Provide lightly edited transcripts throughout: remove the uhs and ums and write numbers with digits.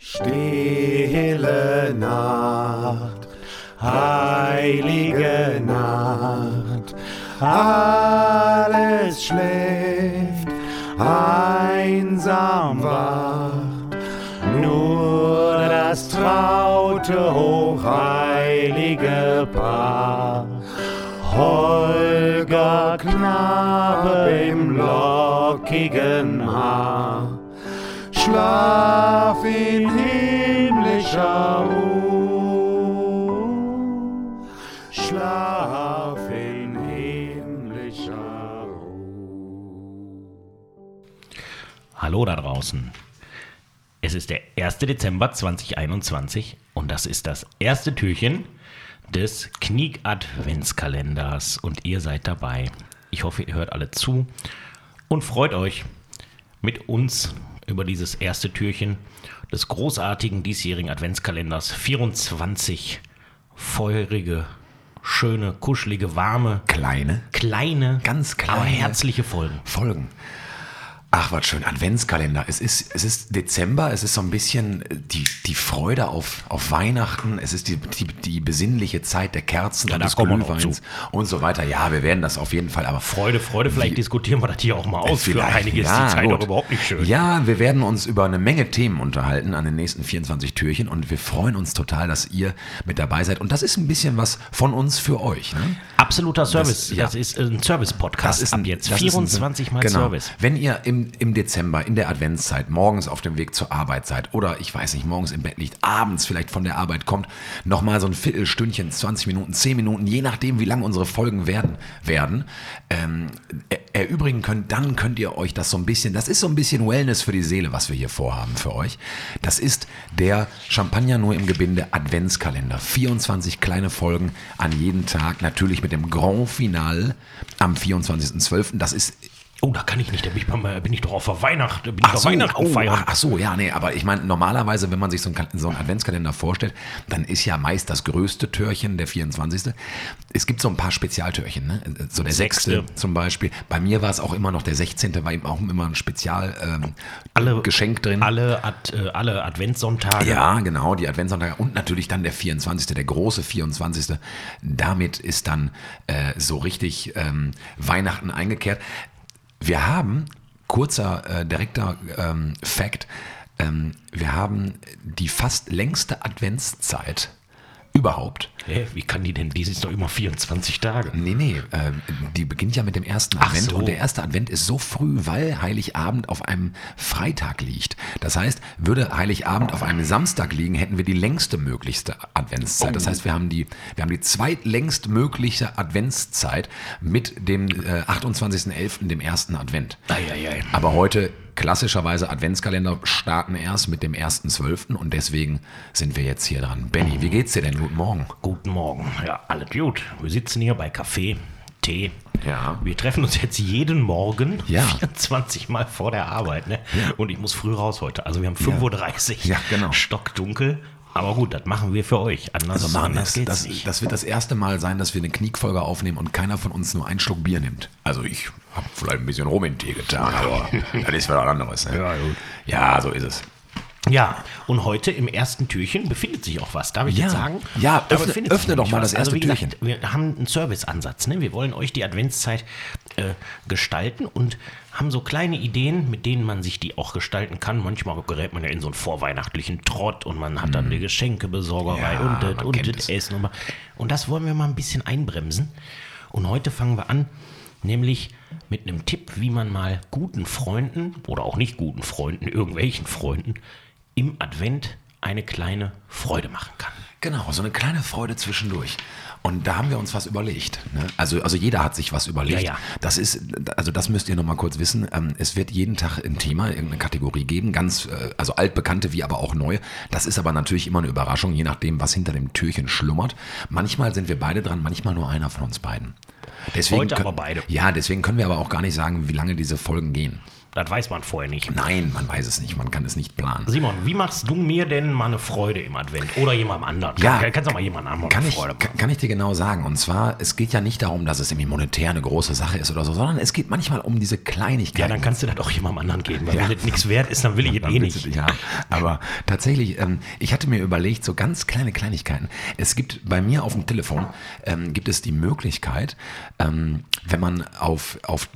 Stille Nacht, heilige Nacht, alles schläft, einsam wacht, nur das traute, hochheilige Paar. Holger Knabe im lockigen Haar, schlaf in himmlischer Ruhe, schlaf in himmlischer Ruhe. Hallo da draußen. Es ist der 1. Dezember 2021 und das ist das erste Türchen des Knick-Adventskalenders und ihr seid dabei. Ich hoffe, ihr hört alle zu und freut euch mit uns über dieses erste Türchen des großartigen diesjährigen Adventskalenders. 24 feurige, schöne, kuschelige, warme, Kleine, ganz kleine, aber herzliche Folgen. Ach, was schön, Adventskalender. Es ist Dezember, es ist so ein bisschen die Freude auf Weihnachten, es ist die besinnliche Zeit der Kerzen und des Glühweins und so weiter. Ja, wir werden das auf jeden Fall, aber Freude, vielleicht diskutieren wir das hier auch mal aus. Für einige ist die Zeit doch überhaupt nicht schön. Ja, wir werden uns über eine Menge Themen unterhalten an den nächsten 24 Türchen und wir freuen uns total, dass ihr mit dabei seid. Und das ist ein bisschen was von uns für euch. Ne? Absoluter Service. Das ist ein Service-Podcast ab jetzt. 24 Mal Service. Wenn ihr im Dezember, in der Adventszeit, morgens auf dem Weg zur Arbeit seid oder, ich weiß nicht, morgens im Bett liegt, abends vielleicht von der Arbeit kommt, nochmal so ein Viertelstündchen, 20 Minuten, 10 Minuten, je nachdem, wie lang unsere Folgen werden, erübrigen könnt, dann könnt ihr euch das so ein bisschen, das ist so ein bisschen Wellness für die Seele, was wir hier vorhaben für euch. Das ist der Champagner nur im Gebinde Adventskalender. 24 kleine Folgen an jeden Tag, natürlich mit dem Grand Finale am 24.12. Das ist... Oh, da kann ich nicht, da bin ich doch auf der Weihnachten, feiern. Ach so, ja, nee, aber ich meine, normalerweise, wenn man sich so einen Adventskalender vorstellt, dann ist ja meist das größte Türchen der 24. Es gibt so ein paar Spezialtürchen, ne? So der 6. zum Beispiel. Bei mir war es auch immer noch der 16., war eben auch immer ein Spezialgeschenk drin. Alle Adventssonntage. Ja, genau, die Adventssonntage und natürlich dann der 24., der große 24. Damit ist dann so richtig Weihnachten eingekehrt. Wir haben, kurzer, direkter Fact, wir haben die fast längste Adventszeit überhaupt. Wie kann die denn? Die ist doch immer 24 Tage. Nee, die beginnt ja mit dem ersten Advent und der erste Advent ist so früh, weil Heiligabend auf einem Freitag liegt. Das heißt, würde Heiligabend auf einem Samstag liegen, hätten wir die längste möglichste Adventszeit. Das heißt, wir haben die zweitlängst mögliche Adventszeit mit dem 28.11., dem ersten Advent. Aber heute klassischerweise Adventskalender starten erst mit dem 1.12. und deswegen sind wir jetzt hier dran. Benni, wie geht's dir denn? Guten Morgen. Guten Morgen. Ja, alles gut. Wir sitzen hier bei Kaffee, Tee. Ja. Wir treffen uns jetzt jeden Morgen 24 Mal vor der Arbeit. Ne? Ja. Und ich muss früh raus heute. Also wir haben 5.30 Uhr. Ja, genau. Stockdunkel. Aber gut, das machen wir für euch. Das wird das erste Mal sein, dass wir eine Knick-Folge aufnehmen und keiner von uns nur einen Schluck Bier nimmt. Also ich habe vielleicht ein bisschen Rum in den Tee getan, aber das ist was anderes. Ne? Ja, gut. Ja, so ist es. Ja, und heute im ersten Türchen befindet sich auch was. Darf ich jetzt sagen? Ja, öffne doch mal das erste Türchen. Gesagt, wir haben einen Serviceansatz. Ne? Wir wollen euch die Adventszeit gestalten und haben so kleine Ideen, mit denen man sich die auch gestalten kann. Manchmal gerät man ja in so einen vorweihnachtlichen Trott und man hat dann eine Geschenkebesorgerei und das Essen. Und das wollen wir mal ein bisschen einbremsen. Und heute fangen wir an, nämlich mit einem Tipp, wie man mal guten Freunden oder auch nicht guten Freunden, irgendwelchen Freunden, im Advent eine kleine Freude machen kann. Genau, so eine kleine Freude zwischendurch. Und da haben wir uns was überlegt. Ne? Also jeder hat sich was überlegt. Ja. Das müsst ihr noch mal kurz wissen. Es wird jeden Tag ein Thema, irgendeine Kategorie geben, also altbekannte wie aber auch neue. Das ist aber natürlich immer eine Überraschung, je nachdem, was hinter dem Türchen schlummert. Manchmal sind wir beide dran, manchmal nur einer von uns beiden. Heute aber beide. Ja, deswegen können wir aber auch gar nicht sagen, wie lange diese Folgen gehen. Das weiß man vorher nicht. Nein, man weiß es nicht. Man kann es nicht planen. Simon, wie machst du mir denn mal eine Freude im Advent? Oder jemandem anderen? Kannst du mal jemandem anderen eine Freude machen? Kann ich dir genau sagen. Und zwar, es geht ja nicht darum, dass es irgendwie monetär eine große Sache ist oder so, sondern es geht manchmal um diese Kleinigkeiten. Ja, dann kannst du das auch jemandem anderen geben. Weil wenn das nichts wert ist, dann will ich es eh nicht. Ja, aber tatsächlich, ich hatte mir überlegt, so ganz kleine Kleinigkeiten. Es gibt bei mir auf dem Telefon, gibt es die Möglichkeit, wenn man auf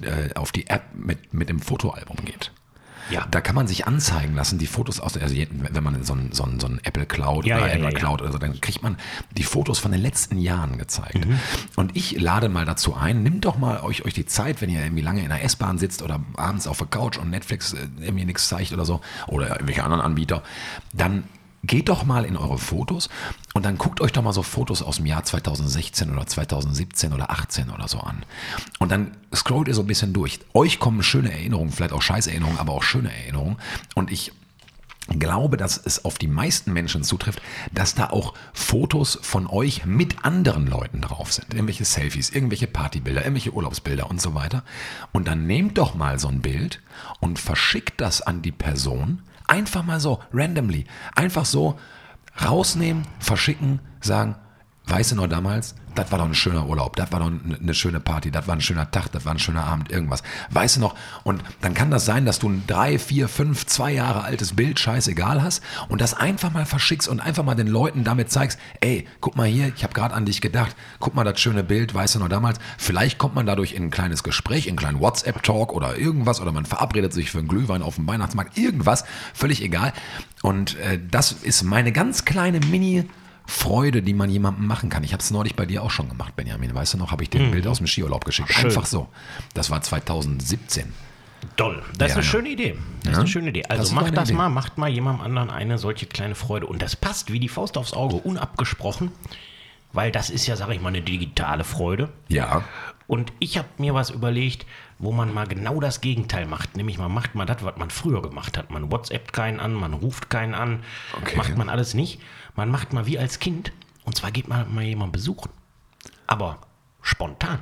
die App mit dem Fotoalbum geht. Ja. Da kann man sich anzeigen lassen, die Fotos aus also wenn man so ein Apple Cloud oder Android Cloud, also dann kriegt man die Fotos von den letzten Jahren gezeigt. Und ich lade mal dazu ein, nimmt doch mal euch die Zeit, wenn ihr irgendwie lange in der S-Bahn sitzt oder abends auf der Couch und Netflix irgendwie nichts zeigt oder so, oder irgendwelche anderen Anbieter, dann geht doch mal in eure Fotos und dann guckt euch doch mal so Fotos aus dem Jahr 2016 oder 2017 oder 18 oder so an. Und dann scrollt ihr so ein bisschen durch. Euch kommen schöne Erinnerungen, vielleicht auch Scheißerinnerungen, aber auch schöne Erinnerungen. Und ich glaube, dass es auf die meisten Menschen zutrifft, dass da auch Fotos von euch mit anderen Leuten drauf sind. Irgendwelche Selfies, irgendwelche Partybilder, irgendwelche Urlaubsbilder und so weiter. Und dann nehmt doch mal so ein Bild und verschickt das an die Person. Einfach mal so, randomly. Einfach so rausnehmen, verschicken, sagen, weißt du noch damals, das war doch ein schöner Urlaub, das war doch eine schöne Party, das war ein schöner Tag, das war ein schöner Abend, irgendwas. Weißt du noch? Und dann kann das sein, dass du ein 3, 4, 5, 2 Jahre altes Bild scheißegal hast und das einfach mal verschickst und einfach mal den Leuten damit zeigst, ey, guck mal hier, ich habe gerade an dich gedacht, guck mal das schöne Bild, weißt du noch damals? Vielleicht kommt man dadurch in ein kleines Gespräch, in einen kleinen WhatsApp-Talk oder irgendwas oder man verabredet sich für einen Glühwein auf dem Weihnachtsmarkt, irgendwas, völlig egal. Und das ist meine ganz kleine Freude, die man jemandem machen kann. Ich habe es neulich bei dir auch schon gemacht, Benjamin. Weißt du noch, habe ich dir ein Bild aus dem Skiurlaub geschickt. Schön. Einfach so. Das war 2017. Toll. Das ist eine schöne Idee. Das ist eine schöne Idee. Also macht mal jemandem anderen eine solche kleine Freude. Und das passt wie die Faust aufs Auge, unabgesprochen, weil das ist ja, sage ich mal, eine digitale Freude. Ja. Und ich habe mir was überlegt, wo man mal genau das Gegenteil macht. Nämlich man macht mal das, was man früher gemacht hat. Man WhatsAppt keinen an, man ruft keinen an, macht man alles nicht. Man macht mal wie als Kind, und zwar geht man mal jemanden besuchen. Aber spontan,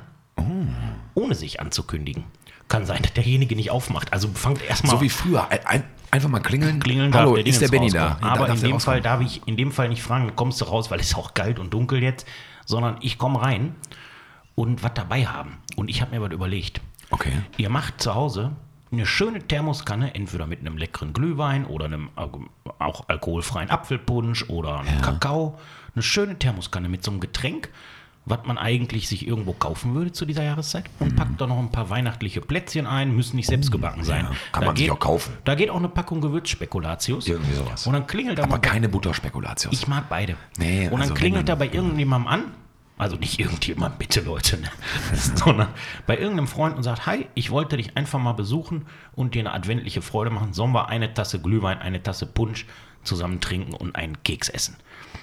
ohne sich anzukündigen. Kann sein, dass derjenige nicht aufmacht. Also fangt erstmal. So wie früher. Einfach mal klingeln. Hallo, ist der Benny da? Aber in dem Fall darf ich in dem Fall nicht fragen, kommst du raus, weil es ist auch kalt und dunkel jetzt, sondern ich komme rein und was dabei haben. Und ich habe mir was überlegt. Okay. Ihr macht zu Hause eine schöne Thermoskanne, entweder mit einem leckeren Glühwein oder einem auch alkoholfreien Apfelpunsch oder einem Kakao. Eine schöne Thermoskanne mit so einem Getränk, was man eigentlich sich irgendwo kaufen würde zu dieser Jahreszeit. Und packt da noch ein paar weihnachtliche Plätzchen ein, müssen nicht selbst gebacken sein. Ja, kann man sich auch kaufen. Da geht auch eine Packung Gewürzspekulatius. Irgendwie sowas. Und dann klingelt da aber keine Butterspekulatius. Ich mag beide. Nee, und dann klingelt da bei irgendjemandem an. Also nicht irgendjemand, bitte Leute, ne? Sondern bei irgendeinem Freund und sagt, hi, ich wollte dich einfach mal besuchen und dir eine adventliche Freude machen. Sollen wir eine Tasse Glühwein, eine Tasse Punsch zusammen trinken und einen Keks essen?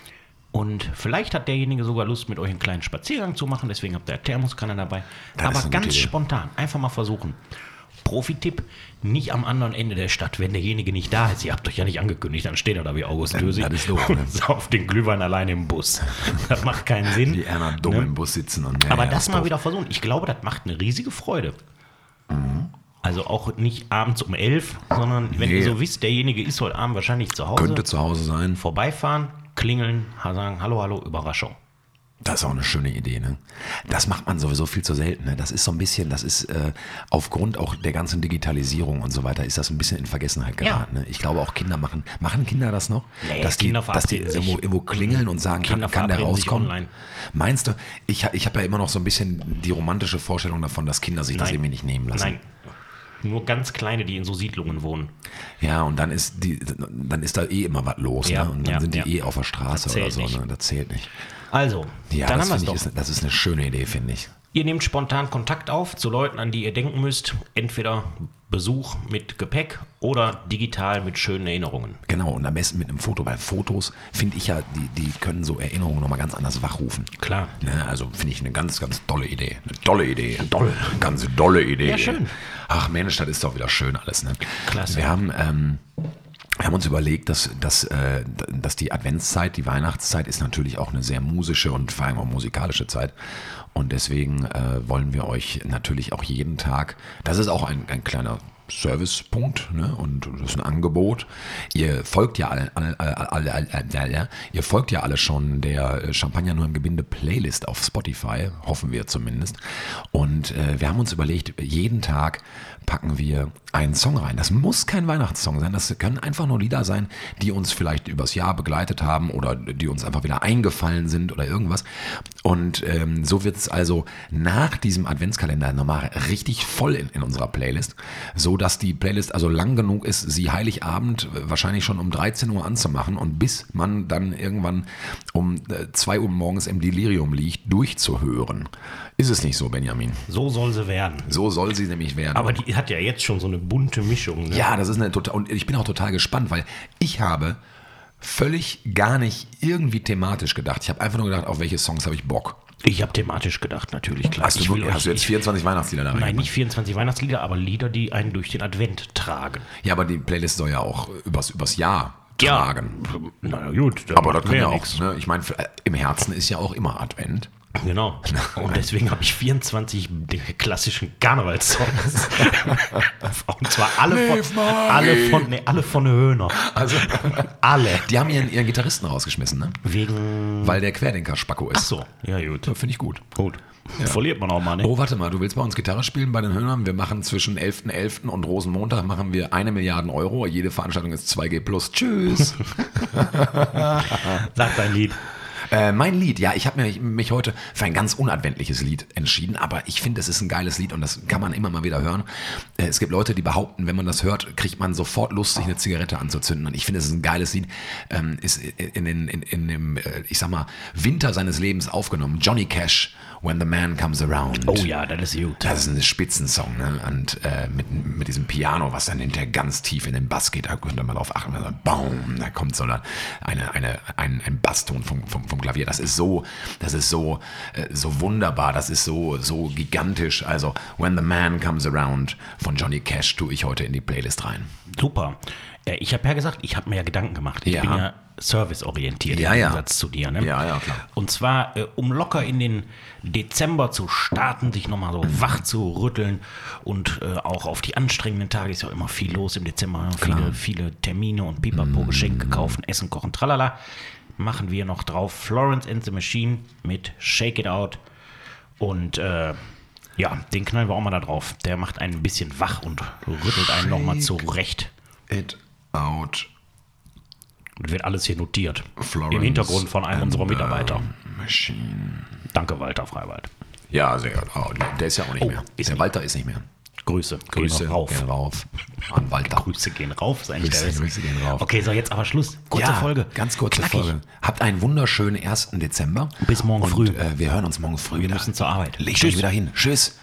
Und vielleicht hat derjenige sogar Lust, mit euch einen kleinen Spaziergang zu machen, deswegen habt ihr eine Thermoskanne dabei. Aber ganz spontan, einfach mal versuchen. Profi-Tipp, nicht am anderen Ende der Stadt, wenn derjenige nicht da ist. Ihr habt euch ja nicht angekündigt, dann steht er da wie August Dösig und sauft den Glühwein alleine im Bus. Das macht keinen Sinn. Die Erna dumm im Bus sitzen. Und aber das mal wieder versuchen. Ich glaube, das macht eine riesige Freude. Also auch nicht abends um 11, sondern wenn ihr so wisst, derjenige ist heute Abend wahrscheinlich zu Hause. Könnte zu Hause sein. Vorbeifahren, klingeln, sagen, hallo, Überraschung. Das ist auch eine schöne Idee, ne? Das macht man sowieso viel zu selten, ne? Das ist so ein bisschen, aufgrund auch der ganzen Digitalisierung und so weiter, ist das ein bisschen in Vergessenheit geraten, ne? Ich glaube auch Kinder machen Kinder das noch? Nee, dass die irgendwo klingeln und sagen, kann der rauskommen? Meinst du, ich habe ja immer noch so ein bisschen die romantische Vorstellung davon, dass Kinder sich das irgendwie nicht nehmen lassen. Nein. Nur ganz kleine, die in so Siedlungen wohnen. Ja, und dann ist da immer was los, ne? Und dann sind die auf der Straße oder so, ne? Das zählt nicht. Also, ja, dann haben wir es doch. Das ist eine schöne Idee, finde ich. Ihr nehmt spontan Kontakt auf zu Leuten, an die ihr denken müsst. Entweder Besuch mit Gepäck oder digital mit schönen Erinnerungen. Genau, und am besten mit einem Foto, weil Fotos, finde ich ja, die können so Erinnerungen nochmal ganz anders wachrufen. Klar. Ne, also finde ich eine ganz, ganz tolle Idee. Eine tolle Idee. Toll. Ganz tolle Idee. Ja, schön. Ach Mensch, das ist doch wieder schön alles, ne? Klasse. Wir haben uns überlegt, dass die Adventszeit, die Weihnachtszeit ist natürlich auch eine sehr musische und vor allem auch musikalische Zeit. Und deswegen wollen wir euch natürlich auch jeden Tag, das ist auch ein kleiner Servicepunkt, ne? Und das ist ein Angebot. Ihr folgt ja ihr folgt ja alle schon der Champagner nur im Gebinde Playlist auf Spotify, hoffen wir zumindest. Und wir haben uns überlegt, jeden Tag packen wir einen Song rein. Das muss kein Weihnachtssong sein, das können einfach nur Lieder sein, die uns vielleicht übers Jahr begleitet haben oder die uns einfach wieder eingefallen sind oder irgendwas. Und so wird es also nach diesem Adventskalender nochmal richtig voll in unserer Playlist, so dass die Playlist also lang genug ist, sie Heiligabend wahrscheinlich schon um 13 Uhr anzumachen und bis man dann irgendwann um 2 Uhr morgens im Delirium liegt, durchzuhören. Ist es nicht so, Benjamin? So soll sie werden. So soll sie nämlich werden. Aber die hat ja jetzt schon so eine bunte Mischung. Ne? Ja, das ist eine total, und ich bin auch total gespannt, weil ich habe völlig gar nicht irgendwie thematisch gedacht. Ich habe einfach nur gedacht, auf welche Songs habe ich Bock. Ich habe thematisch gedacht, natürlich, klar. Hast du jetzt 24 Weihnachtslieder da rein? Nein, nicht 24 Weihnachtslieder, aber Lieder, die einen durch den Advent tragen. Ja, aber die Playlist soll ja auch übers Jahr tragen. Na gut. Aber das kann ja auch, ne? Ich meine, im Herzen ist ja auch immer Advent. Genau. Und deswegen habe ich 24 klassischen Karnevalssongs. Und zwar alle von Höhner. Also alle. Die haben ihren Gitarristen rausgeschmissen, ne? Wegen. Weil der Querdenker Spacko ist. Ach so, ja gut. Finde ich gut. Gut. Ja. Verliert man auch mal, ne? Oh, warte mal, du willst bei uns Gitarre spielen bei den Höhnern? Wir machen zwischen 11.11. und Rosenmontag machen wir 1 Milliarde Euro. Jede Veranstaltung ist 2G+. Tschüss. Sag dein Lied. Mein Lied, ja, ich habe mich heute für ein ganz unadventliches Lied entschieden, aber ich finde, es ist ein geiles Lied und das kann man immer mal wieder hören. Es gibt Leute, die behaupten, wenn man das hört, kriegt man sofort Lust, sich eine Zigarette anzuzünden. Und ich finde, es ist ein geiles Lied, ist in dem, ich sag mal, Winter seines Lebens aufgenommen. Johnny Cash, When the Man Comes Around. Oh ja, das ist gut. Das ist ein Spitzensong, ne? Und mit diesem Piano, was dann hinterher ganz tief in den Bass geht, da könnt ihr mal drauf achten, also, boom, da kommt so ein Basston vom Klavier. Das ist so wunderbar, das ist so gigantisch. Also When the Man Comes Around von Johnny Cash tue ich heute in die Playlist rein. Super. Ich habe ja gesagt, ich habe mir ja Gedanken gemacht. Ich bin ja serviceorientiert im Gegensatz zu dir. Ne? Ja, klar. Und zwar, um locker in den Dezember zu starten, sich nochmal so wach zu rütteln und auch auf die anstrengenden Tage, ist ja immer viel los im Dezember, viele Termine und Pipapo, Geschenke kaufen, Essen, kochen, tralala. Machen wir noch drauf Florence and the Machine mit Shake It Out und den knallen wir auch mal da drauf. Der macht einen ein bisschen wach und rüttelt einen nochmal zurecht. It Out. Und wird alles hier notiert. Florence im Hintergrund von einem unserer Mitarbeiter. Machine. Danke, Walter Freiwald. Ja, sehr gut. Oh, der ist ja auch nicht mehr. Der Walter ist nicht mehr. Grüße gehen rauf an Walter. Grüße gehen rauf, ist eigentlich Grüße gehen rauf. Okay, so jetzt aber Schluss. Kurze Folge. Ganz kurze Knackig. Folge. Habt einen wunderschönen 1. Dezember. Bis morgen früh. Wir hören uns morgen früh. Wir müssen zur Arbeit. Legt euch wieder hin. Tschüss.